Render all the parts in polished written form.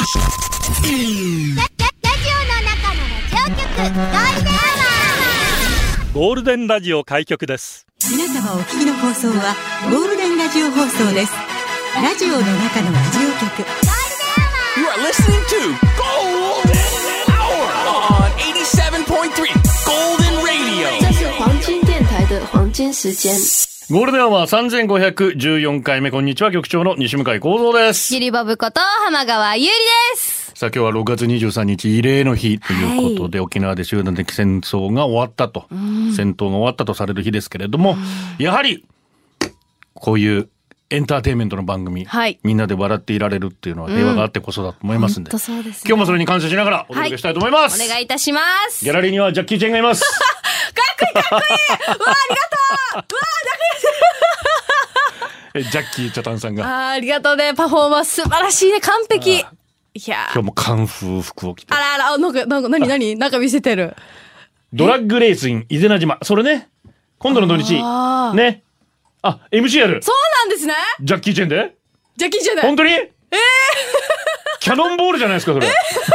ゴールデンラジオ開局です。 皆様お聞きの放送はゴールデンラジオ放送です。ラジオの中のラジオ局 You are listening to Golden Hour on 87.3 Golden Radio。 这是黄金電台的黄金時間。 ゴールデンアワー3514回目。こんにちは、局長の西向井光三です。 ゆりぼぶこと浜川ゆりです。 さあ、今日は6月23日慰霊の日ということで、沖縄で集団的戦争が終わったと、戦闘が終わったとされる日ですけれども、やはりこういうエンターテインメントの番組、みんなで笑っていられるっていうのは平和があってこそだと思いますんで、 本当そうですね、 今日もそれに感謝しながらお届けしたいと思います。 お願いいたします。 ギャラリーにはジャッキー・チェンがいます。 かっこいいかっこいい。うわ、ありがとう。うわ、 ジャッキー・チャタンさんがありがとうね。パフォーマンス素晴らしいね。完璧。いや、 今日もカンフー服を着て、 あらなんか何なんか見せてる。 ドラッグレースイン伊是名島、それね、今度の土日ね、MC やる。 そうなんですね。 ジャッキー・チェンで本当にキャノンボールじゃないですかそれ。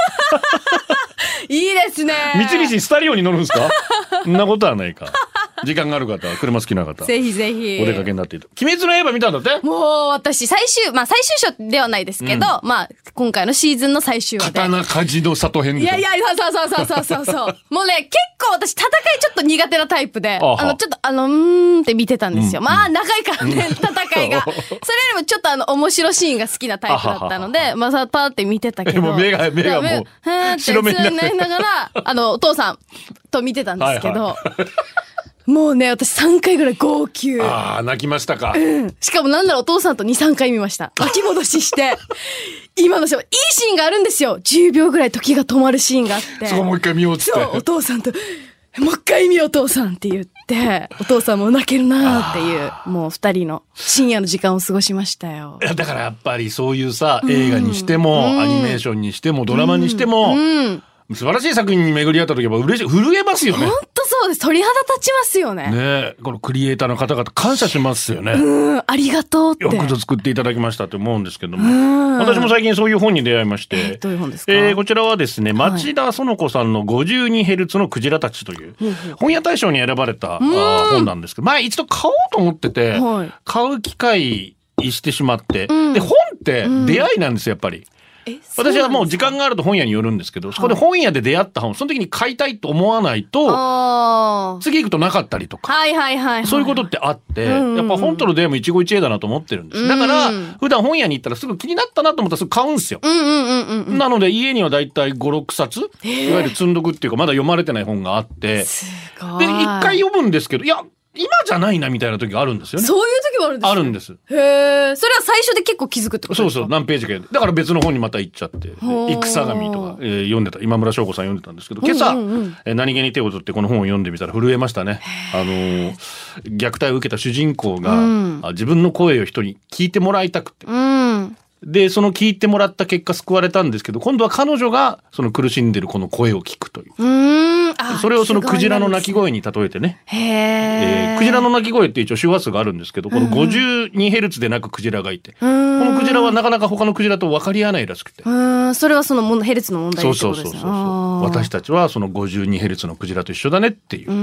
いいですね。 三菱スタリオに乗るんですか。そんなことはないか。時間がある方は、車好きな方、 ぜひぜひお出かけになっていた。鬼滅の刃見たんだって。もう私最終章ではないですけど、今回のシーズンの最終話で刀鍛冶の里編で。 いやそうもうね、結構私戦いちょっと苦手なタイプで、ちょっとって見てたんですよ。長いからね、戦いが。それよりもちょっと面白シーンが好きなタイプだったので、パーって見てたけど、 もう目がもう白目になりながら、お父さんと見てたんですけど、もうね、私3回ぐらい号泣。 泣きましたか。 しかもなんならお父さんと2、3回見ました。巻き戻しして。今のシーン、いいシーンがあるんですよ。10秒ぐらい時が止まるシーンがあって。 そう、もう一回見ようっつって。 そう、お父さんと、もう一回見ようお父さんって言って、お父さんも泣けるなーっていう、もう2人の深夜の時間を過ごしましたよ。 だからやっぱりそういうさ、映画にしても、アニメーションにしても、ドラマにしても、素晴らしい作品に巡り合った時は嬉しい、震えますよね。 本当そうです。鳥肌立ちますよね。 ねえ、このクリエイターの方々感謝しますよね。 ありがとうって。 よくぞ作っていただきましたと思うんですけども、私も最近そういう本に出会いまして、 どういう本ですか。 こちらはですね、町田園子さんの 52Hz のクジラたちという本屋大賞に選ばれた本なんですけど、一度買おうと思ってて、買う機会してしまって、で本って出会いなんですよ、やっぱり。私はもう時間があると本屋に寄るんですけど、そこで本屋で出会った本、その時に買いたいと思わないと、次行くとなかったりとか、そういうことってあって、やっぱ本との出会いも一期一会だなと思ってるんです。だから、普段本屋に行ったらすぐ気になったなと思ったらすぐ買うんですよ。なので家にはだいたい5、6冊、いわゆる積んどくっていうかまだ読まれてない本があって、で、一回読むんですけど、いや、今じゃないなみたいな時があるんですよね。そういう時もあるんですか。あるんです。 へえ。それは最初で結構気づくってことですか。 そう、何ページかだから別の本にまた行っちゃって、戦神とか、読んでた、今村翔子さん読んでたんですけど、今朝、何気に手を取ってこの本を読んでみたら震えましたね。虐待を受けた主人公が、自分の声を人に聞いてもらいたくて、でその聞いてもらった結果救われたんですけど、今度は彼女がその苦しんでるこの声を聞くという、それをそのクジラの鳴き声に例えてね、クジラの鳴き声って一応周波数があるんですけど、この 52Hz で鳴くクジラがいて、このクジラはなかなか他のクジラと分かり合わないらしくて、 それはそのヘルツの問題ってことですね。 そう私たちはその 52Hz のクジラと一緒だねっていう、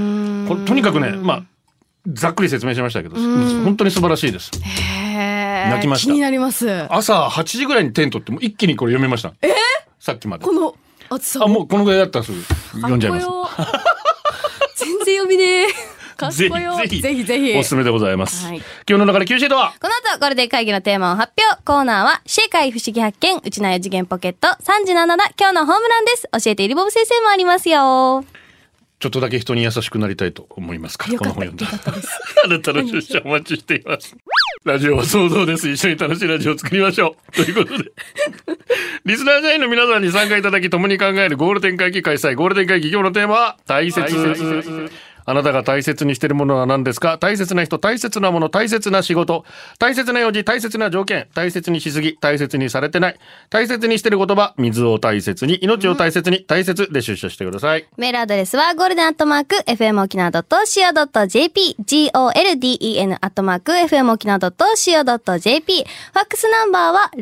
これとにかくね、ざっくり説明しましたけど、本当に素晴らしいです。泣きました。 気になります。 朝8時ぐらいに手に取っても一気にこれ読めました。さっきまで。 この暑さもうこのぐらいだったらすぐ読んじゃいます。 全然読みねー。ぜひおすすめでございます。今日の中で Q シートは、 この後ゴールデン会議のテーマを発表。コーナーは世界不思議発見、うちな4次元ポケット3時の7、今日のホームランです。教えているボブ先生もありますよ。 ちょっとだけ人に優しくなりたいと思いますから、この本読んだあなたの出社お待ちしています。ラジオは想像です。一緒に楽しいラジオを作りましょう。ということでリスナー社員の皆さんに参加いただき共に考えるゴールデン会議開催。ゴールデン会議、今日のテーマは大切。 あなたが大切にしているものは何ですか？大切な人、大切なもの、大切な仕事、大切な用事、大切な条件、大切にしすぎ、大切にされてない、大切にしている言葉、水を大切に、命を大切に、大切で出社してください。 メールアドレスはゴールデン@FM 沖縄 .co.jp、golden @FM 沖縄 .co.jp、ファックスナンバーは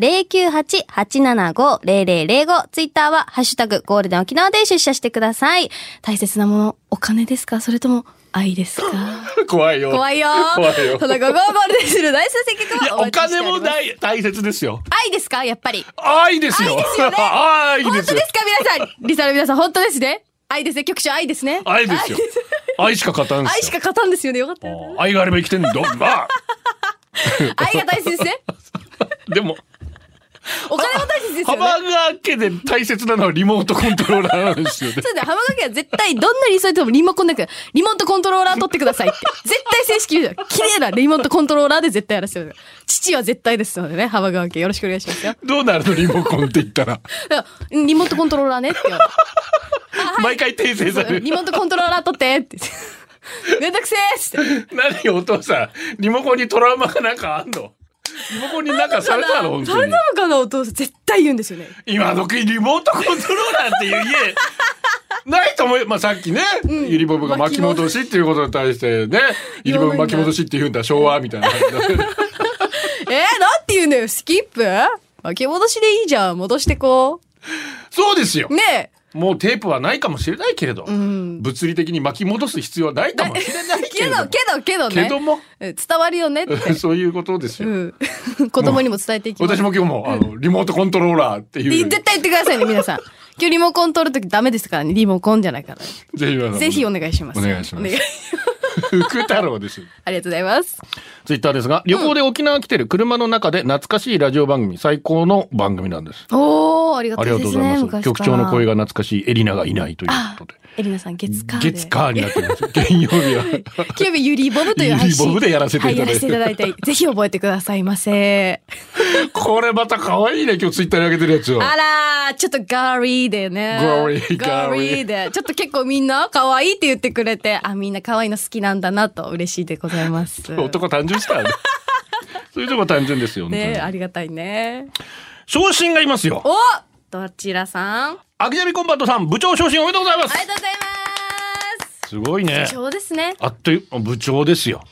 098-875-0005、ツイッターはハッシュタグゴールデン沖縄で出社してください。大切なもの、お金ですか？それとも愛ですか？ 怖いよ。 怖いよ。 怖いよ。 その午後ゴールデンする大切な曲いや、お金も大切ですよ。 愛ですか？やっぱり。 愛ですよ。 愛ですよね。 愛ですよ。 本当ですか皆さん。リサの皆さん、本当ですね。愛ですね。局長愛ですね。 愛ですよ。愛しか勝たんですよ。 愛しか勝たんですよね。よかったよ。 愛があれば生きてんだ。 愛が大切ですね。 でも、 お金も大切ですよね。 浜川家で大切なのはリモートコントローラーなんですよね。 そうだよ。浜川家は絶対どんな理想でもリモコンだから、リモートコントローラー取ってくださいって。絶対正式で綺麗なリモートコントローラーで絶対やらせてください。父は絶対ですのでね、浜川家よろしくお願いしますよ。 どうなるのリモコンって言ったら。 リモートコントローラーねって言われて。 毎回訂正される。 リモートコントローラー取ってって。めんどくせーって。 何お父さん、リモコンにトラウマがなんかあんの？リモコンになんかされたの本当に。 されたのかなお父さん。絶対言うんですよね。 今時リモートコントローラーっていう家、ないと思う。まあさっきね、ゆりぼぶが巻き戻しっていうことに対してね、ゆりぼぶ巻き戻しって言うんだ、昭和みたいな。なんて言うんだよ、スキップ？巻き戻しでいいじゃん。戻してこう。 そうですよ。 ねえ。 もうテープはないかもしれないけれど、物理的に巻き戻す必要はないかもしれないけれど。 けどね。 けども。 伝わるよねって。 そういうことですよ。 子供にも伝えていきます。 私も今日も、リモートコントローラーっていう。 絶対言ってくださいね、皆さん。今日リモコン取るときダメですからね。リモコンじゃないから。ぜひお願いします。 お願いします。福太郎です。 ありがとうございます。 ツイッターですが、旅行で沖縄来てる車の中で懐かしいラジオ番組、最高の番組なんです。 おー、ありがとうございます。 ありがとうございます。局長の声が懐かしいエリナがいないということで。 エリナさん、月火になってます。金曜日は。 金曜日ゆりぼぶという配信。ゆりぼぶでやらせていただいて。 やらせていただいて、ぜひ覚えてくださいませ。 これまた可愛いね、今日ツイッターに上げてるやつを。 あらー、ちょっとガーリーでね。ガーリーで。ちょっと結構みんな可愛いって言ってくれて、あ、みんな可愛いの好きなんだなと嬉しいでございます。 男単純したらね。そういうとこ単純ですよね。ありがたいね。 昇進がいますよ。 お、どちらさん？ アキジャビコンバットさん、部長昇進おめでとうございます。 ありがとうございます。 すごいね。 部長ですね。 部長ですよ。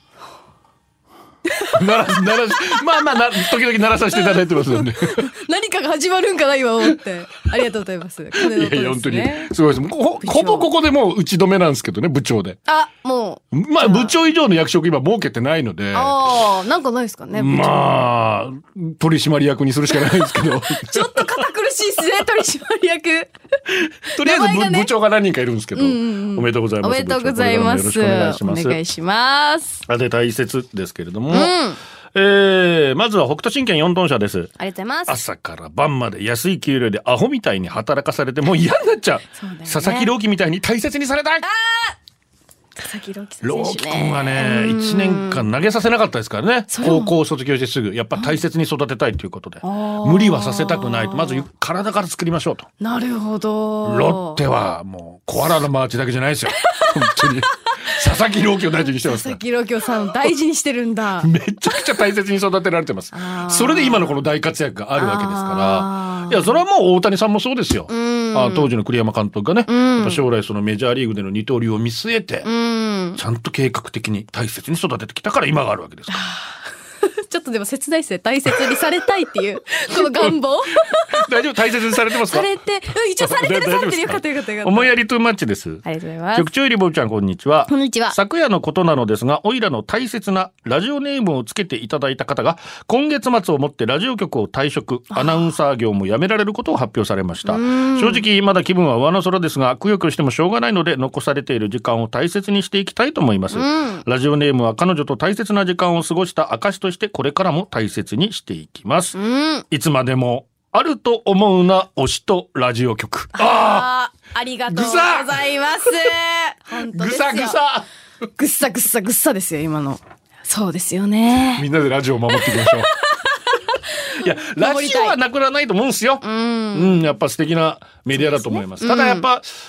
まあ時々鳴らさせていただいてますので。 何かが始まるんかな今思って。ありがとうございます。いや本当にすごいです。ほぼここでもう打ち止めなんですけどね、部長で。 もう。 まあ部長以上の役職今設けてないので。 なんかないですかね。 まあ取締役にするしかないんですけど。 ちょっと堅苦しいですね、取締役。 とりあえず部長が何人かいるんですけど、おめでとうございます。 おめでとうございます。 よろしくお願いします。 お願いします。 で大切ですけれども。まずは北斗神拳4トン車です。 ありがとうございます。 朝から晩まで安い給料でアホみたいに働かされてもう嫌になっちゃう。佐々木朗希みたいに大切にされたい。 佐々木朗希選手ね。 朗希君はね、1年間投げさせなかったですからね。高校を卒業してすぐやっぱ大切に育てたいということで、無理はさせたくないと。まず体から作りましょうと。 なるほど。 ロッテはもうコアラのマーチだけじゃないですよ。本当に。佐々木朗希を大事にしてますから。 佐々木朗希さんを大事にしてるんだ。 めちゃくちゃ大切に育てられてます。それで今のこの大活躍があるわけですから。いや、それはもう大谷さんもそうですよ。当時の栗山監督がね、やっぱ将来そのメジャーリーグでの二刀流を見据えて、ちゃんと計画的に大切に育ててきたから今があるわけですから。 ちょっとでも切ないですね。大切にされたいっていうこの願望。 大丈夫？大切にされてますか？ されて、一応されてるよかったよかったよかった。 思いやりトゥーマッチです。 ありがとうございます。 局長ゆりぼぶちゃん、こんにちは。 こんにちは。 昨夜のことなのですが、おいらの大切なラジオネームをつけていただいた方が今月末をもってラジオ局を退職、アナウンサー業も辞められることを発表されました。正直まだ気分は上の空ですが、くよくよしてもしょうがないので残されている時間を大切にしていきたいと思います。ラジオネームは彼女と大切な時間を過ごした証としてこれからも大切にしていきます。いつまでもあると思うな推しとラジオ局。 ありがとうございます。本当ですよ。ぐっさですよ今の。そうですよね。 みんなでラジオを守っていきましょう。いや、ラジオはなくならないと思うんですよ。やっぱ素敵なメディアだと思います。ただやっぱ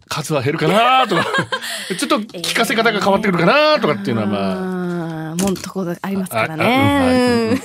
数は減るかなとかちょっと聞かせ方が変わってくるかなとかっていうのはまあもんところありますからね。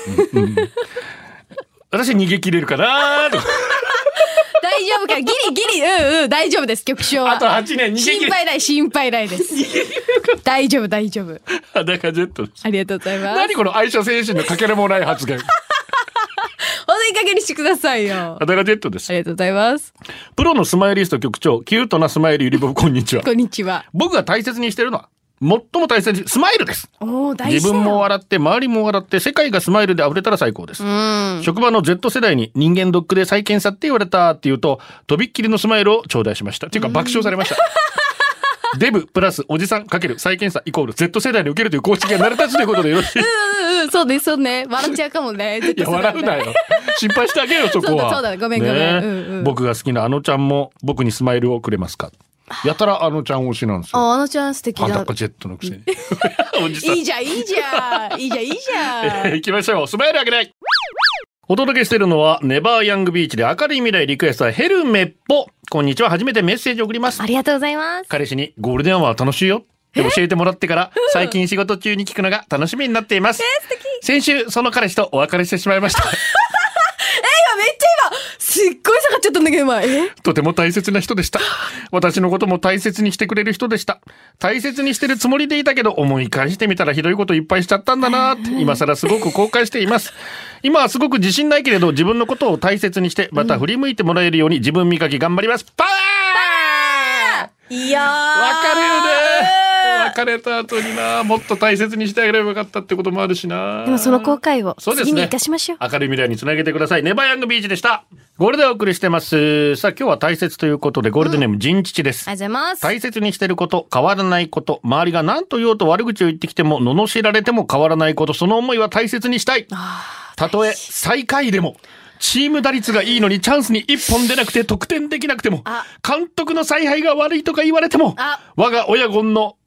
私逃げ切れるかなとか大丈夫か、ギリ、大丈夫です、局長は。 あと8年逃げ切れる。 心配ないです。大丈夫。 裸ジェットです。 ありがとうございます。 何この愛社精神のかけらもない発言。 お出かけにしてくださいよ。 裸ジェットです。 ありがとうございます。 プロのスマイリスト局長、キュートなスマイルゆりぼぶ、こんにちは。 こんにちは。 僕が大切にしているのは、最も大切にスマイルです。自分も笑って周りも笑って世界がスマイルで溢れたら最高です。職場の Z 世代に人間ドックで再検査って言われたって言うと、とびっきりのスマイルを頂戴しました。っていうか爆笑されました。デブプラスおじさんかける再検査イコール Z 世代に受けるという公式が成り立つということでよろしい。 そうですそうね。笑っちゃうかもね。 いや笑うなよ。心配してあげようそこは。 そうだごめん。 僕が好きなあのちゃんも僕にスマイルをくれますか。やたらあのちゃん推しなんですよ。 あのちゃん素敵だ。 裸ジェットのくせに。 おじさん。いいじゃん。 行きましょう。スマイルあげない。お届けしているのはネバーヤングビーチで明るい未来リクエストはヘルメッポ。こんにちは。初めてメッセージを送ります。 ありがとうございます。 彼氏にゴールデンアワー楽しいよって教えてもらってから最近仕事中に聞くのが楽しみになっています。 素敵。 先週その彼氏とお別れしてしまいました。 めっちゃすっごい下がっちゃったんだけど今。 とても大切な人でした。私のことも大切にしてくれる人でした。大切にしてるつもりでいたけど思い返してみたらひどいこといっぱいしちゃったんだなって今更すごく後悔しています。今はすごく自信ないけれど自分のことを大切にしてまた振り向いてもらえるように自分磨き頑張ります。パワー。 いやーわかるよね。別れた後になもっと大切にしてあげればよかったってこともあるしな。 でもその後悔を次に生かしましょう。 明るい未来につなげてください。ネバーヤングビーチでした。ゴールデンお送りしてます。さあ今日は大切ということでゴールデンネームジンチチです。 ありがとうございます。 大切にしてること、変わらないこと、周りが何と言おうと悪口を言ってきても罵られても変わらないこと、その思いは大切にしたい。たとえ最下位でもチーム打率がいいのにチャンスに一本出なくて得点できなくても監督の采配が悪いとか言われても我が親子ド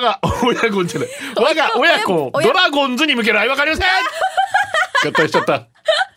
ラゴンズに向ける愛わかりません。合体しちゃった。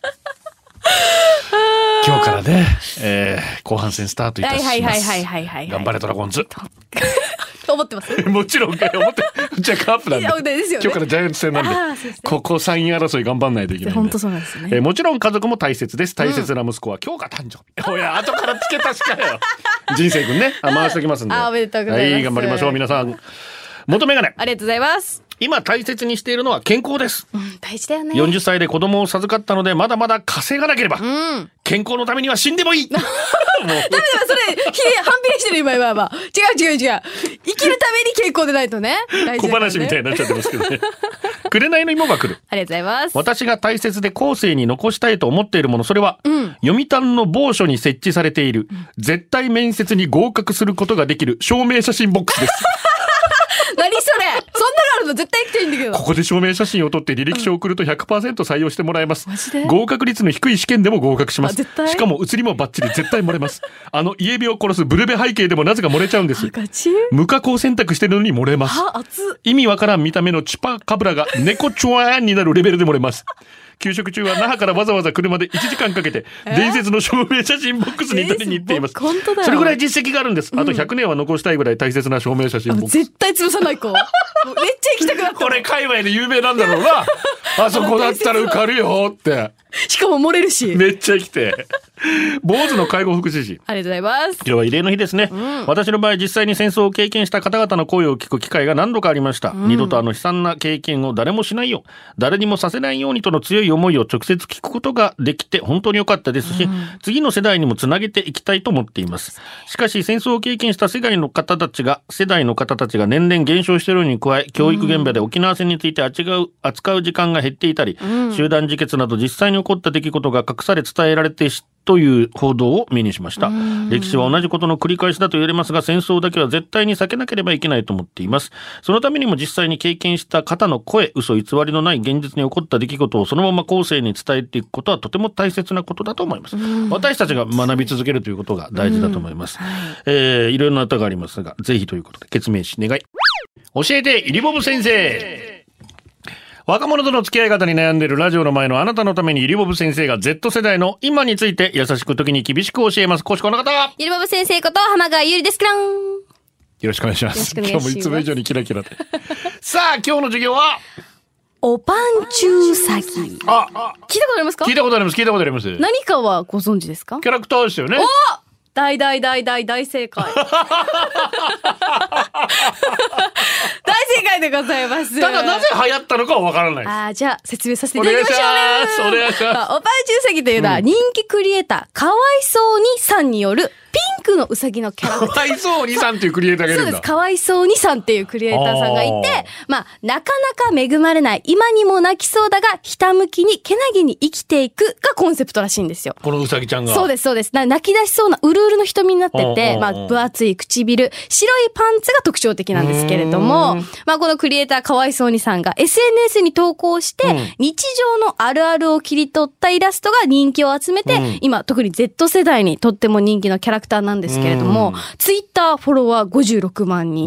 今日からね、後半戦スタートいたします。頑張れドラゴンズ。 思ってます。 もちろん思ってじゃあカープなんで、今日からジャイアンツ戦なんで、ここ3位争い頑張んないといけないんで。 本当そうなんですね。 もちろん家族も大切です。大切な息子は今日が誕生日。おや後からつけたしかよ。人生君ね回しておきますんで。 おめでとうございます。 はい頑張りましょう皆さん。元メガネ。 ありがとうございます。 今大切にしているのは健康です。 大事だよね。 40歳で子供を授かったのでまだまだ稼がなければ。健康のためには死んでもいい。ダメそれ反比例してる今。違う。生きるために健康でないとね。 小話みたいになっちゃってますけどね。紅の芋が来る。 ありがとうございます。 私が大切で後世に残したいと思っているもの、それは、読谷の某所に設置されている、絶対面接に合格することができる証明写真ボックスです。 何それ、そんなのあるの絶対行きたいんだけど。 ここで証明写真を撮って履歴書を送ると 100% 採用してもらえます。合格率の低い試験でも合格します。しかも写りもバッチリ絶対漏れます。家火を殺すブルベ背景でもなぜか漏れちゃうんです。無加工洗濯してるのに漏れます。意味わからん見た目のチュパカブラが猫チュワーンになるレベルで漏れます。給食中は那覇からわざわざ車で1時間かけて伝説の証明写真ボックスに取りに行っています。それぐらい実績があるんです。あと100年は残したいぐらい大切な証明写真ボックス。 絶対潰さない子。めっちゃ行きたくなった。 これ界隈で有名なんだろうな。あそこだったら受かるよって。 しかも漏れるし。 めっちゃ来て。坊主の介護福祉士。 ありがとうございます。 今日は慰霊の日ですね。私の場合実際に戦争を経験した方々の声を聞く機会が何度かありました。二度と悲惨な経験を誰もしないよう、誰にもさせないようにとの強い思いを直接聞くことができて本当に良かったですし、次の世代にもつなげていきたいと思っています。しかし戦争を経験した世代の方たちが年々減少しているのに加え、教育現場で沖縄戦について扱う時間が減っていたり、集団自決など実際に起こった出来事が隠され伝えられてという報道を目にしました。歴史は同じことの繰り返しだと言われますが、戦争だけは絶対に避けなければいけないと思っています。そのためにも実際に経験した方の声、嘘偽りのない現実に起こった出来事をそのまま後世に伝えていくことはとても大切なことだと思います。私たちが学び続けるということが大事だと思います。いろいろな歌がありますが、ぜひということで決命し願い。教えてイリボブ先生。 若者との付き合い方に悩んでいるラジオの前のあなたのためにゆりぼぶ先生が Z 世代の今について優しく時に厳しく教えます。こしこの方。 ゆりぼぶ先生こと浜川ゆりです。キラン。 よろしくお願いします。 よろしくお願いします。 今日もいつも以上にキラキラで。さあ、今日の授業はおぱんちゅうさぎ。聞いたことありますか？ 聞いたことあります。聞いたことあります。 何かはご存知ですか？ キャラクターですよね。 大正解。大正解でございます。 ただなぜ流行ったのかはわからないです。 じゃあ説明させていただきましょう。 お願いします。 おぱんちゅうさぎというのは人気クリエイター、かわいそうにさんによるピンクのうさぎのキャラクター。 かわいそうにさんっていうクリエイターがいるんだ。 そうです。かわいそうにさんっていうクリエイターさんがいて、なかなか恵まれない、今にも泣きそうだが、ひたむきにけなげに生きていくがコンセプトらしいんですよ。 このうさぎちゃんが。 そうです。泣き出しそうなうるうるの瞳になってて、分厚い唇、白いパンツが特徴的なんですけれども、このクリエイターかわいそうにさんが SNS に投稿して、日常のあるあるを切り取ったイラストが人気を集めて、今特に Z 世代にとっても人気のキャラクターなんですけれども、ツイッターフォロワー56万人。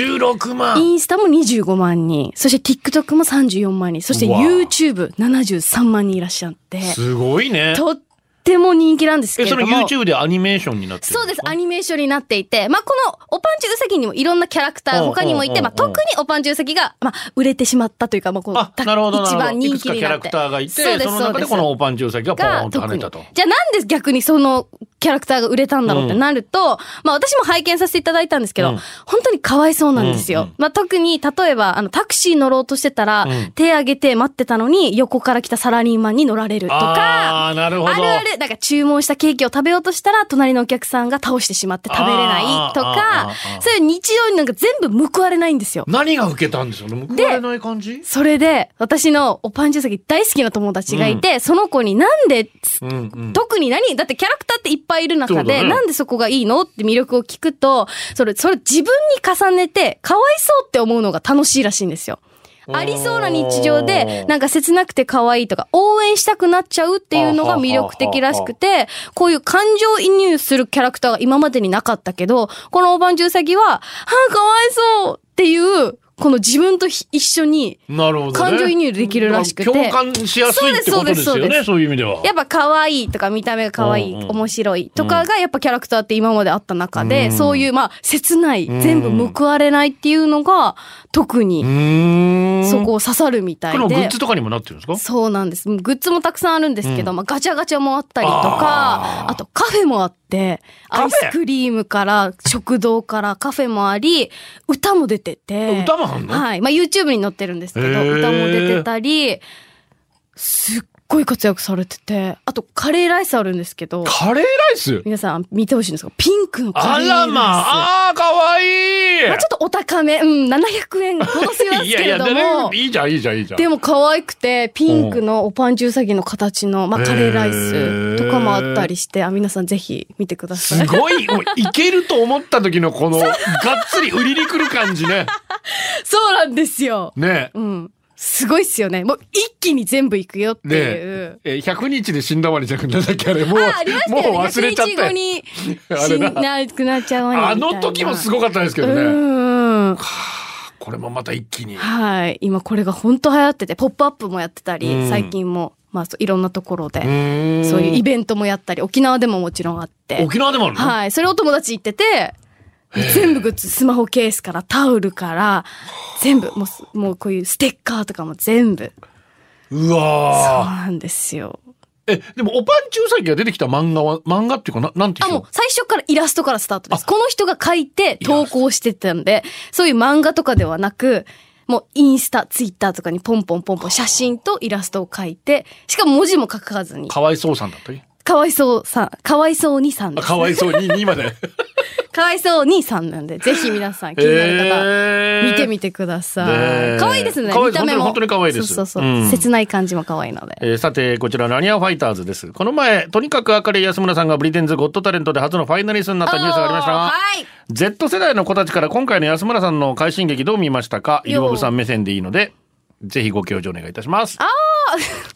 56万。 インスタも25万人。そして TikTok も34万人。そして YouTube73 万人いらっしゃって。 すごいね。 とっても人気なんですけれども。 その YouTube でアニメーションになってるんですか？ そうです。アニメーションになっていて、このおぱんちゅうさぎにもいろんなキャラクター他にもいて、特におぱんちゅうさぎが、売れてしまったというか、こうなるほど一番人気になって。 いくつかキャラクターがいて、その中でこのおぱんちゅうさぎがポーンと跳ねたと。 じゃあなんで逆にそのキャラクターが売れたんだろうってなると、私も拝見させていただいたんですけど、本当にかわいそうなんですよ。特に、例えば、タクシー乗ろうとしてたら、手挙げて待ってたのに、横から来たサラリーマンに乗られるとか、 なるほど。 あるある、なんか注文したケーキを食べようとしたら、隣のお客さんが倒してしまって食べれないとか、そういう日常になんか全部報われないんですよ。 何が受けたんですよね？報われない感じ？ それで、私のおぱんちゅうさぎ大好きな友達がいて、その子になんで、特にだってキャラクターっていっぱいいる中で、なんでそこがいいのって魅力を聞くと、それ自分に重ねて、かわいそうって思うのが楽しいらしいんですよ。ありそうな日常で、なんか切なくて可愛いとか、応援したくなっちゃうっていうのが魅力的らしくて、こういう感情移入するキャラクターが今までになかったけど、このおばんちゅうさぎは、かわいそうっていう、この自分と一緒に感情移入できるらしくて、 共感しやすいってことですよね。そういう意味ではやっぱ可愛いとか見た目が可愛い、面白いとかがやっぱキャラクターって今まであった中で、そういう切ない全部報われないっていうのが特にそこを刺さるみたいで。 これもグッズとかにもなってるんですか？ そうなんです。グッズもたくさんあるんですけど、ガチャガチャもあったりとか、あとカフェもあって、アイスクリームから食堂からカフェもあり、歌も出てて。 歌もあんの？ はい。YouTube に載ってるんですけど、歌も出てたり、すっごい活躍されてて、あとカレーライスあるんですけど。 カレーライス？ 皆さん見てほしいんですが、ピンクのカレーライス。 あらかわいい。 ちょっとお高め、700円ほどするんですけれども。 いいじゃん。 でも可愛くて、ピンクのおぱんちゅうさぎの形の、カレーライスとかもあったりして、皆さんぜひ見てください。 すごい、もういけると思った時のこの、がっつり売りに来る感じね。 そうなんですよ。 ね。 すごいっすよね。もう一気に全部いくよっていう。 100日で死んだワニじゃなくなんだっけあれ。もう忘れちゃった。 100日後になくなっちゃうワニみたいな。 あの時もすごかったですけどね。これもまた一気に。 はい。今これが本当流行ってて、ポップアップもやってたり、最近も。いろんなところで、そういうイベントもやったり、沖縄でももちろんあって。 沖縄でもあるの？ はい。それお友達行ってて、全部グッズ、スマホケースからタオルから、全部、もうこういうステッカーとかも全部。 うわー。 そうなんですよ。 でもおぱんちゅうさぎが出てきた漫画っていうかなんていうの？ もう最初からイラストからスタートです。この人が書いて投稿してたんで、そういう漫画とかではなく、もうインスタ、ツイッターとかにポンポン写真とイラストを書いて、しかも文字も書かずに。 かわいそうさんだったり？ かわいそうにさんです。 かわいそうにまで。 かわいそうにさんなんで、ぜひ皆さん気になる方、見てみてください。かわいいですね、見た目も。 本当にかわいいです。 そう。切ない感じもかわいいので。 さて、こちら、ラニアファイターズです。この前、とにかく明るい安村さんがブリテンズゴットタレントで初のファイナリストになったニュースがありましたが、 はい。 Z 世代の子たちから今回の安村さんの快進撃どう見ましたか？イルボブさん目線でいいので、ぜひご教授お願いいたします。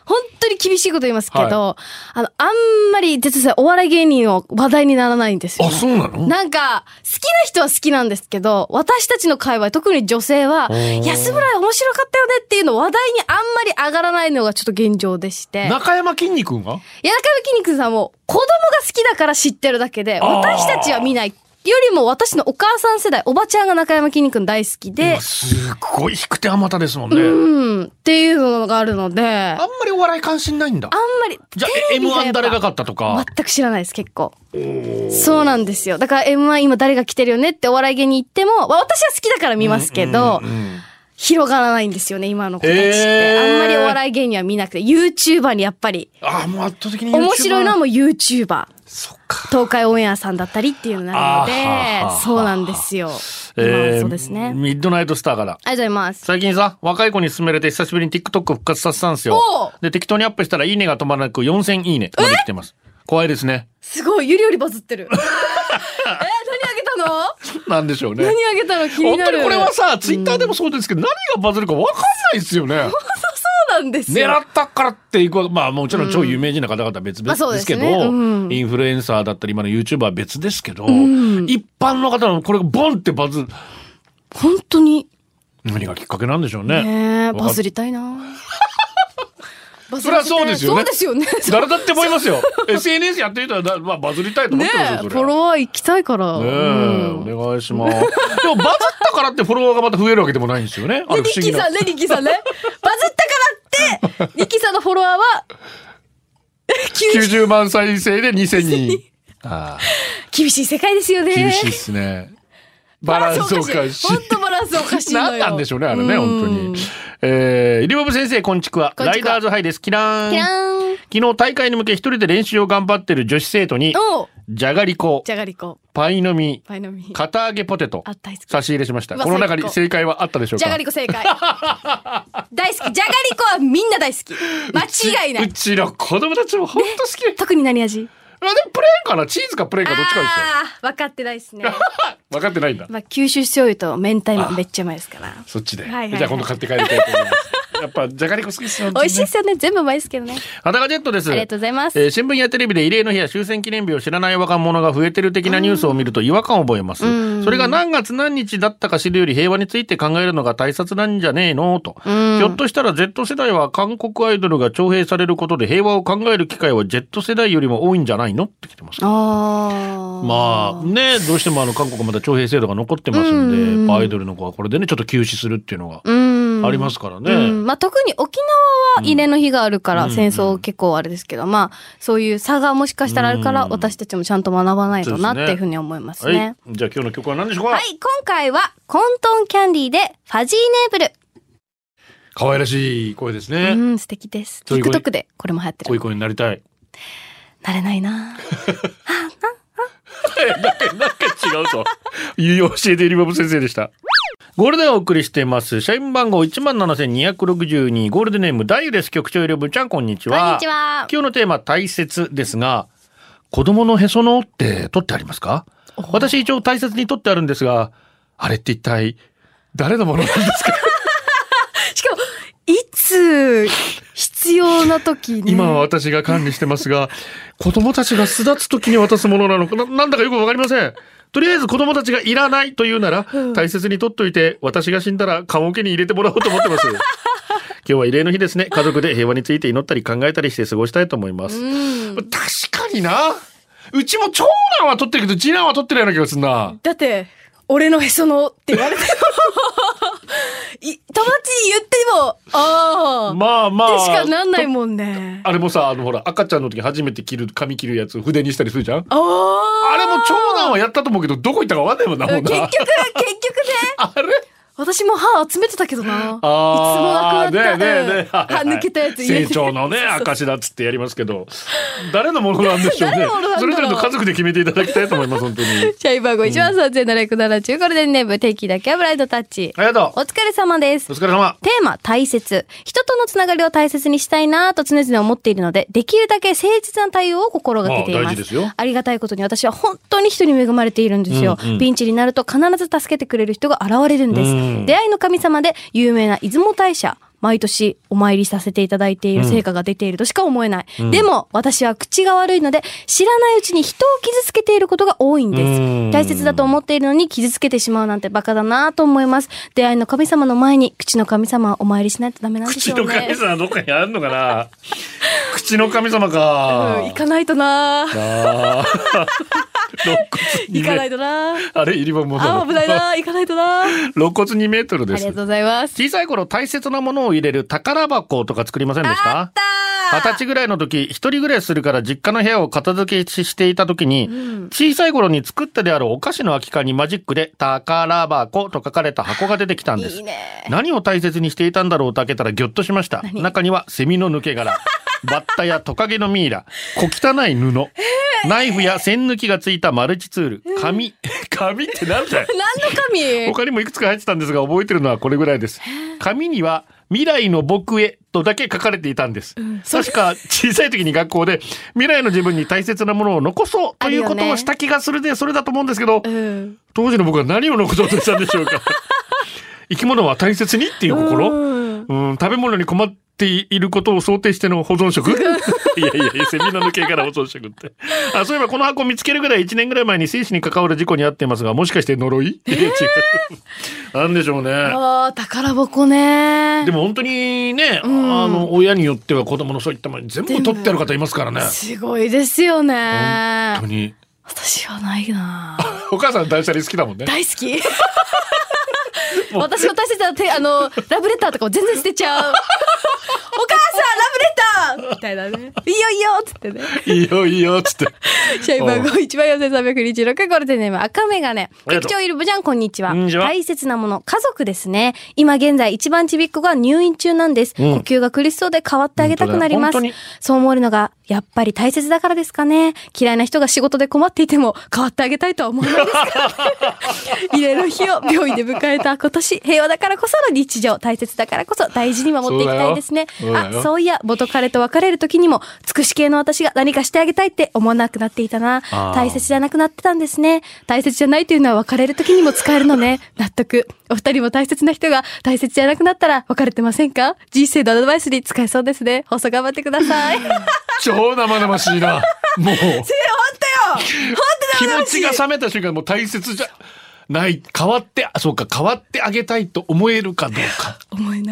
本当に厳しいこと言いますけど、あんまり実はお笑い芸人の話題にならないんですよ、ね。 あ、そうなの？ なんか、好きな人は好きなんですけど、私たちの界隈、特に女性は、安村面白かったよねっていうの話題にあんまり上がらないのがちょっと現状でして。 中山きんに君が？ いや、中山きんに君さんも子供が好きだから知ってるだけで、私たちは見ない。よりも私のお母さん世代、おばちゃんが中山きんに君大好きで。 すごい引く手あまたですもんね。 っていうのがあるので。あんまりお笑い関心ないんだ。 あんまり。 じゃあ M1 誰が勝ったとか。 全く知らないです、結構。そうなんですよ。だから M1 今誰が来てるよねってお笑い芸人言っても、私は好きだから見ますけど、広がらないんですよね、今の子たちって。あんまりお笑い芸人は見なくて、YouTuber にやっぱり。 もう圧倒的に YouTuber。 面白いのはもう YouTuber。 そっか。 東海オンエアさんだったりっていうのになるので、そうなんですよ。そうですね。 ミッドナイトスターから。 ありがとうございます。 最近さ、若い子に勧められて久しぶりに TikTok 復活させたんですよ。で、適当にアップしたらいいねが止まらなく4000いいねまで来てます。怖いですね。 すごい、ゆりよりバズってる。何あげたの？ なんでしょうね。 何あげたの？気になる。 本当にこれはさ、ツイッターでもそうですけど、何がバズるか分かんないですよね。 そうなんですよ。 狙ったからっていく、まあもちろん超有名人の方々は別々ですけど、インフルエンサーだったり今の YouTuber は別ですけど、一般の方のこれがボンってバズる。 本当に。 何がきっかけなんでしょうね。 バズりたいな。 それはそうですよね。 そうですよね。 誰だって思いますよ。SNS やってる人は、まあ、バズりたいと思ってますよ、それ。 フォロワー行きたいから。 お願いします。でもバズったからってフォロワーがまた増えるわけでもないんですよね。 リッキーさんね、リッキーさんね。バズったからって、リッキーさんのフォロワーは、 90万再生で2000人。 厳しい世界ですよね。 厳しいですね。バランスおかしい。 本当バランスおかしいのよ。 何なんでしょうね、あれね、本当に。リボブ先生、こんちくわ。ライダーズハイです。キラーン。 キラーン。 昨日大会に向け一人で練習を頑張ってる女子生徒に、じゃがりこ、パイの実、堅揚げポテト、差し入れしました。この中に正解はあったでしょうか？ じゃがりこ正解。大好き。じゃがりこはみんな大好き。間違いない。 うちの子供たちも本当好き。 特に何味？ でもプレーンかな、チーズかプレーンかどっちかですよ。 分かってないですね。 分かってないんだ。 まあ九州醤油と明太もめっちゃうまいですから。 そっちで。じゃあ今度買って帰りたいと思います。やっぱじゃがりこ好きですよね。 美味しいですよね。全部うまいですけどね。 裸ジェットです。 ありがとうございます。 新聞やテレビで慰霊の日や終戦記念日を知らない若者が増えてる的なニュースを見ると違和感を覚えます。それが何月何日だったか知るより平和について考えるのが大切なんじゃねえのと。ひょっとしたら Z 世代は韓国アイドルが徴兵されることで平和を考える機会は Z 世代よりも多いんじゃないのって来てます。まあね、どうしても韓国まだ徴兵制度が残ってますんで、アイドルの子はこれでねちょっと休止するっていうのがありますからね。 まあ特に沖縄は慰霊の日があるから戦争結構あれですけど、まあそういう差がもしかしたらあるから私たちもちゃんと学ばないとなっていうふうに思いますね。 はい、じゃあ今日の曲は何でしょうか？ はい、今回はコントンキャンディーでファジーネーブル。 可愛らしい声ですね。 素敵です。TikTok でこれも流行ってる。 こういう声になりたい。 なれないな。 なんか違うぞ。教えてリバブ先生でした。ゴールデンをお送りしています。社員番号17262、ゴールデンネームダイユです。局長よりぶちゃん、こんにちは。 こんにちは。 今日のテーマ、大切ですが、子供のへその緒って取ってありますか？私一応大切に取ってあるんですが、あれって一体誰のものなんですか？ しかも、いつ必要な時に。 今は私が管理してますが、子供たちが巣立つ時に渡すものなのかなんだかよくわかりません。とりあえず子供たちがいらないというなら、大切に取っといて、私が死んだら棺桶に入れてもらおうと思ってます。今日は慰霊の日ですね。家族で平和について祈ったり考えたりして過ごしたいと思います。確かにな。うちも長男は取ってるけど、次男は取ってないような気がするな。 だって、俺のへそのって言われても友達に言ってもまあってしかなんないもんね。 あれもさ、ほら赤ちゃんの時初めて髪切るやつ筆にしたりするじゃん。あれも長男はやったと思うけどどこ行ったか分かんないもんな。もんな結局ねあれ私も歯集めてたけどな。いつもなくなったね歯抜けたやつ入れて成長のね証だっつってやりますけど、誰のものなんでしょうね。それぞれの家族で決めていただきたいと思います。本当に。 社員番号13770、ゴールデンネーム定期だけはブライドタッチ。 ありがとう。 お疲れ様です。 お疲れ様。 テーマ大切。人とのつながりを大切にしたいなと常々思っているので、できるだけ誠実な対応を心がけています。 大事ですよ。 ありがたいことに私は本当に人に恵まれているんですよ。ピンチになると必ず助けてくれる人が現れるんです。出会いの神様で有名な出雲大社毎年お参りさせていただいている成果が出ているとしか思えない。でも私は口が悪いので知らないうちに人を傷つけていることが多いんです。大切だと思っているのに傷つけてしまうなんてバカだなと思います。出会いの神様の前に口の神様はお参りしないとダメなんでしょうね。 口の神様どっかにあるのかな口の神様か、 行かないとな行かないとなあれ入り番も危ないな行かないとな肋骨2メートルです。 ありがとうございます。 小さい頃大切なものを入れる宝箱とか作りませんでした？ あった 20歳ぐらいの時、一人暮らしするから実家の部屋を片付けしていた時に、小さい頃に作ったであるお菓子の空き缶にマジックで宝箱と書かれた箱が出てきたんです。 いいね。 何を大切にしていたんだろうと開けたらギョッとしました。中にはセミの抜け殻、バッタやトカゲのミイラ、小汚い布、ナイフや線抜きがついたマルチツール、紙ってなんだよ。 何の紙？ 他にもいくつか入ってたんですが覚えてるのはこれぐらいです。紙には未来の僕へとだけ書かれていたんです。確か小さい時に学校で未来の自分に大切なものを残そうということをした気がするで、それだと思うんですけど、当時の僕は何を残そうとしたんでしょうか。生き物は大切にっていう心、食べ物に困っていることを想定しての保存食いやセミの抜け殻保存食って。そういえばこの箱を見つけるぐらい1年ぐらい前に生死に関わる事故に遭っていますが、もしかして呪い？違う。なんでしょうね。 宝箱ね。 でも本当にね、親によっては子供のそういったもの全部取ってある方いますからね。すごいですよね。 本当に。 私はないな。 お母さん断捨離好きだもんね。 大好き。私の大切なラブレターとかを全然捨てちゃう。お母さんラブレターみたいなね。いいよいいよっつってね。 いいよいいよっつって。 社員番号14326、ゴルデンネーム赤メガネ。局長いるぶじゃん、こんにちは。大切なもの、家族ですね。今現在一番ちびっ子が入院中なんです。呼吸が苦しそうで代わってあげたくなります。そう思えるのがやっぱり大切だからですかね。嫌いな人が仕事で困っていても代わってあげたいとは思わないですか。慰霊の日を病院で迎えた今年、平和だからこその日常、大切だからこそ大事に守っていきたいですね。そういや元彼と別れる時にもつくし系の私が何かしてあげたいって思わなくなっていたな。大切じゃなくなってたんですね。大切じゃないというのは別れる時にも使えるのね。納得。お二人も大切な人が大切じゃなくなったら別れてませんか？人生のアドバイスに使えそうですね。放送頑張ってください。 超生々しいな。もう。 本当よ。 気持ちが冷めた瞬間もう大切じゃない変わってあげたいと思えるかどうか。 思えない。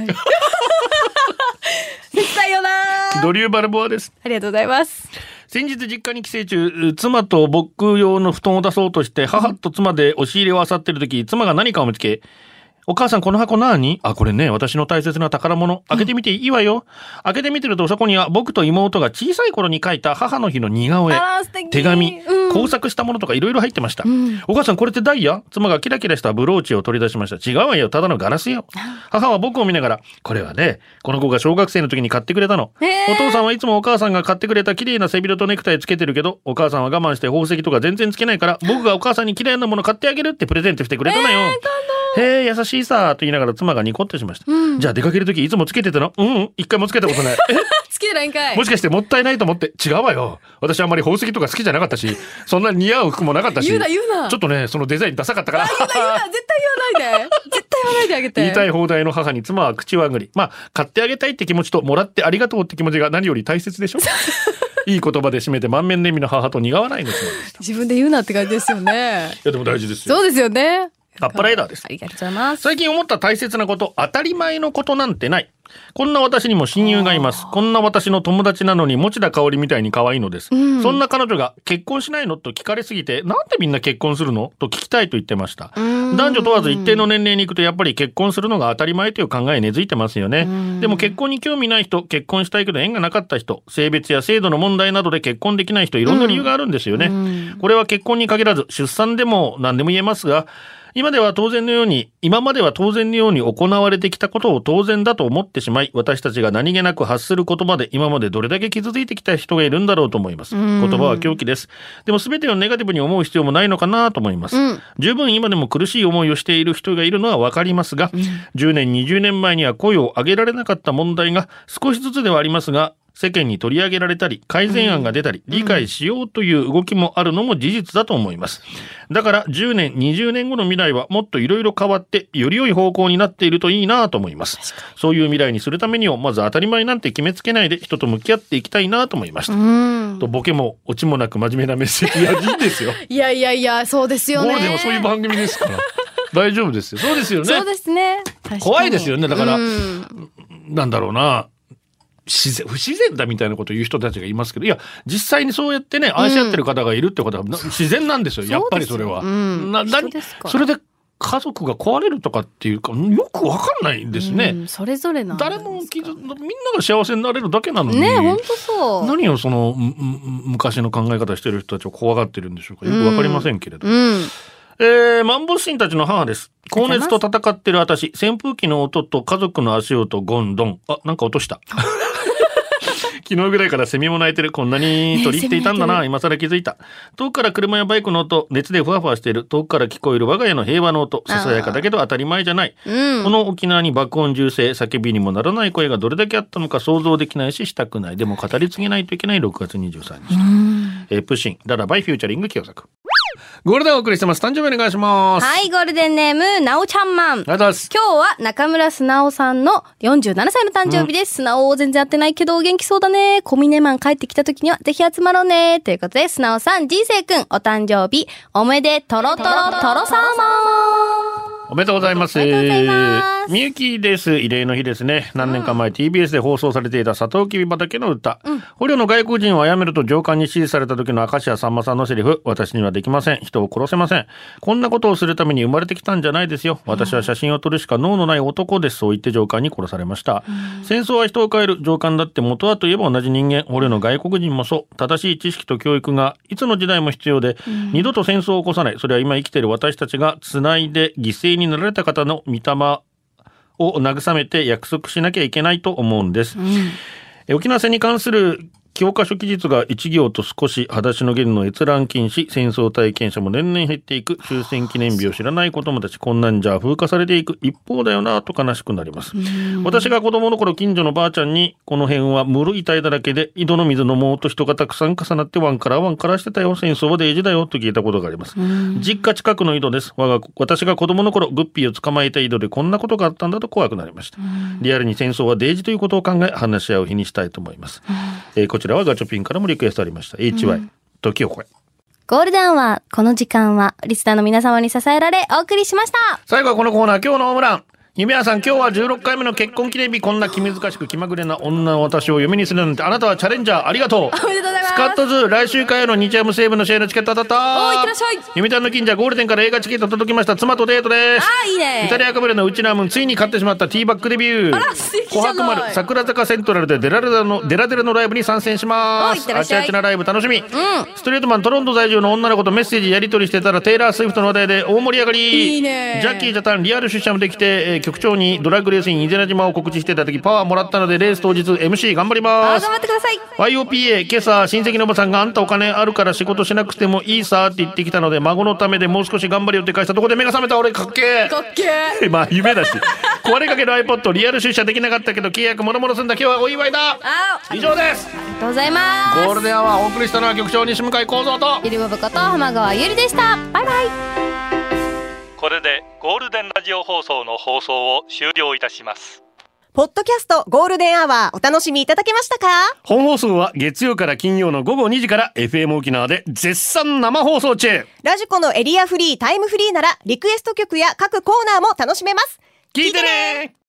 絶対よな。 ドリューバルボアです。 ありがとうございます。 先日実家に帰省中、妻と僕用の布団を出そうとして母と妻で押し入れを漁ってる時、妻が何かを見つけ、お母さんこの箱何？これね、私の大切な宝物。開けてみていいわよ。開けてみてるとそこには僕と妹が小さい頃に書いた母の日の似顔絵、手紙、工作したものとかいろいろ入ってました。お母さんこれってダイヤ？妻がキラキラしたブローチを取り出しました。違うわよ、ただのガラスよ。母は僕を見ながら、これはね、この子が小学生の時に買ってくれたの。お父さんはいつもお母さんが買ってくれた綺麗な背広とネクタイつけてるけど、お母さんは我慢して宝石とか全然つけないから、僕がお母さんに綺麗なもの買ってあげるってプレゼントしてくれたのよ。へえ、優しいさと言いながら妻がニコッとしました。じゃあ出かける時いつもつけてたの？一回もつけたことない。 つけてないんかい。 もしかしてもったいないと思って。違うわよ。私あんまり宝石とか好きじゃなかったし、そんな似合う服もなかったし。 言うな。 ちょっとね、そのデザインダサかったから。 言うな。絶対言わないで。絶対言わないであげて。 言いたい放題の母に妻は口をあぐり。買ってあげたいって気持ちともらってありがとうって気持ちが何より大切でしょ。いい言葉で締めて満面笑みの母と苦笑いの妻でした。 自分で言うなって感じですよね。 いやでも大事ですよ。 そうですよね。 アッパーライダーです。 ありがとうございます。 最近思った大切なこと、当たり前のことなんてない。こんな私にも親友がいます。こんな私の友達なのに持田香織みたいに可愛いのです。そんな彼女が結婚しないのと聞かれすぎて、なんでみんな結婚するのと聞きたいと言ってました。男女問わず一定の年齢に行くとやっぱり結婚するのが当たり前という考え根付いてますよね。でも結婚に興味ない人、結婚したいけど縁がなかった人、性別や制度の問題などで結婚できない人、いろんな理由があるんですよね。これは結婚に限らず出産でも何でも言えますが、今までは当然のように行われてきたことを当然だと思ってしまい、私たちが何気なく発する言葉で今までどれだけ傷ついてきた人がいるんだろうと思います。言葉は狂気です。でも全てをネガティブに思う必要もないのかなと思います。十分今でも苦しい思いをしている人がいるのはわかりますが、10年20年前には声を上げられなかった問題が少しずつではありますが世間に取り上げられたり改善案が出たり理解しようという動きもあるのも事実だと思います。だから10年20年後の未来はもっといろいろ変わってより良い方向になっているといいなと思います。そういう未来にするためにもまず当たり前なんて決めつけないで人と向き合っていきたいなと思いました。とボケもオチもなく真面目なメッセージ。いやいいですよ。 いやいやいや、そうですよね。 ゴールデンはそういう番組ですから大丈夫ですよ。そうですよね。 そうですね。 怖いですよね。だからなんだろうな、不自然だみたいなことを言う人たちがいますけど、いや実際にそうやってね愛し合ってる方がいるってことは自然なんですよ。やっぱりそれは。それで家族が壊れるとかっていうかよくわかんないんですね。 それぞれなんですか。 誰もみんなが幸せになれるだけなのにね、本当そう。 何をその昔の考え方してる人たちを怖がってるんでしょうか。よくわかりませんけれど。マンボス神たちの母です。高熱と戦ってる私、扇風機の音と家族の足音ゴンドン。あ、なんか落とした。昨日ぐらいからセミも鳴いてる。こんなに鳥っていたんだな、今更気づいた。遠くから車やバイクの音、熱でふわふわしている。遠くから聞こえる我が家の平和の音、ささやかだけど当たり前じゃない。この沖縄に爆音銃声、叫びにもならない声がどれだけあったのか想像できないししたくない。でも語り継げないといけない6月23日。プッシンララバイフューチャリング清作。ゴールデンお送りしてます。誕生日お願いします。 はい、ゴールデンネームなおちゃんマン。 ありがとうございます。 今日は中村すなおさんの47歳の誕生日です。すなお全然会ってないけど元気そうだね。小峰マン帰ってきた時にはぜひ集まろうね。ということで、すなおさん、人生くんお誕生日おめでとろとろとろさま。 おめでとうございます。 おめでとうございます。 みゆきです。慰霊の日ですね。何年か前 TBS で放送されていたサトウキビ畑の歌。捕虜の外国人を殺めると上官に指示された時の明石家さんまさんのセリフ。私にはできません。人を殺せません。こんなことをするために生まれてきたんじゃないですよ。私は写真を撮るしか脳のない男です。そう言って上官に殺されました。戦争は人を変える。上官だって元はといえば同じ人間。捕虜の外国人もそう。正しい知識と教育がいつの時代も必要で、二度と戦争を起こさない。それは今生きている私たちがつないで犠牲になられた方の御霊を慰めて約束しなきゃいけないと思うんです。沖縄戦に関する教科書記述が1行と少し裸足の弦の閲覧禁止、戦争体験者も年々減っていく、終戦記念日を知らない子どもたち、こんなんじゃ風化されていく一方だよなと悲しくなります。私が子供の頃、近所のばあちゃんにこの辺は室遺体だらけで井戸の水飲もうと人がたくさん重なってワンカラしてたよ、戦争は大事だよと聞いたことがあります。実家近くの井戸です。私が子供の頃グッピーを捕まえた井戸でこんなことがあったんだと怖くなりました。リアルに戦争は大事ということを考え話し合う日にしたいと思います。こちらはガチョピンからもリクエストありました。HY、時を超え。 ゴールデンはこの時間はリスナーの皆様に支えられお送りしました。 最後はこのコーナー、今日のホームラン。夢屋さん、今日は16回目の結婚記念日。こんな気難しく気まぐれな女の私を嫁にするなんて、あなたはチャレンジャーありがとう。 おめでとうございます。 スカットズ来週火曜の日ハム西武の試合のチケット当たった。 おー、いってらっしゃい。 読谷の近所ゴールデンから映画チケット届きました。妻とデートです。 いいね。 イタリアかぶれのうちなーむん、ついに買ってしまったティーバッグデビュー。 あら、素敵じゃない。 琥珀丸桜坂セントラルでデラデラのライブに参戦します。あちあちなライブ楽しみ。ストレートマントロント在住の女の子とメッセージやり取りしてたらテイラー・スウィフトの話題で大盛り上がり。 いいね。 ジャッキー・ジャタンリアル出社もできて、局長にドラッグレースイン伊是名島を告知してた時パワーもらったので、レース当日 MC 頑張ります。 頑張ってください。 YOPA 今朝親戚のおばさんがあんたお金あるから仕事しなくてもいいさって言ってきたので、孫のためでもう少し頑張りよって返したところで目が覚めた。俺かっけーかっけーまあ夢だし壊れかける iPod リアル出社できなかったけど契約もろもろすんだ。今日はお祝いだ。以上です。 ありがとうございます。 ゴールデンアワーお送りしたのは局長西向井幸三とゆりぼぶこと浜川ゆりでした。バイバイ。 これでゴールデンラジオ放送の放送を終了いたします。 ポッドキャストゴールデンアワーお楽しみいただけましたか？ 本放送は月曜から金曜の午後2時から FM 沖縄で絶賛生放送中。 ラジコのエリアフリータイムフリーならリクエスト曲や各コーナーも楽しめます。 聞いてね。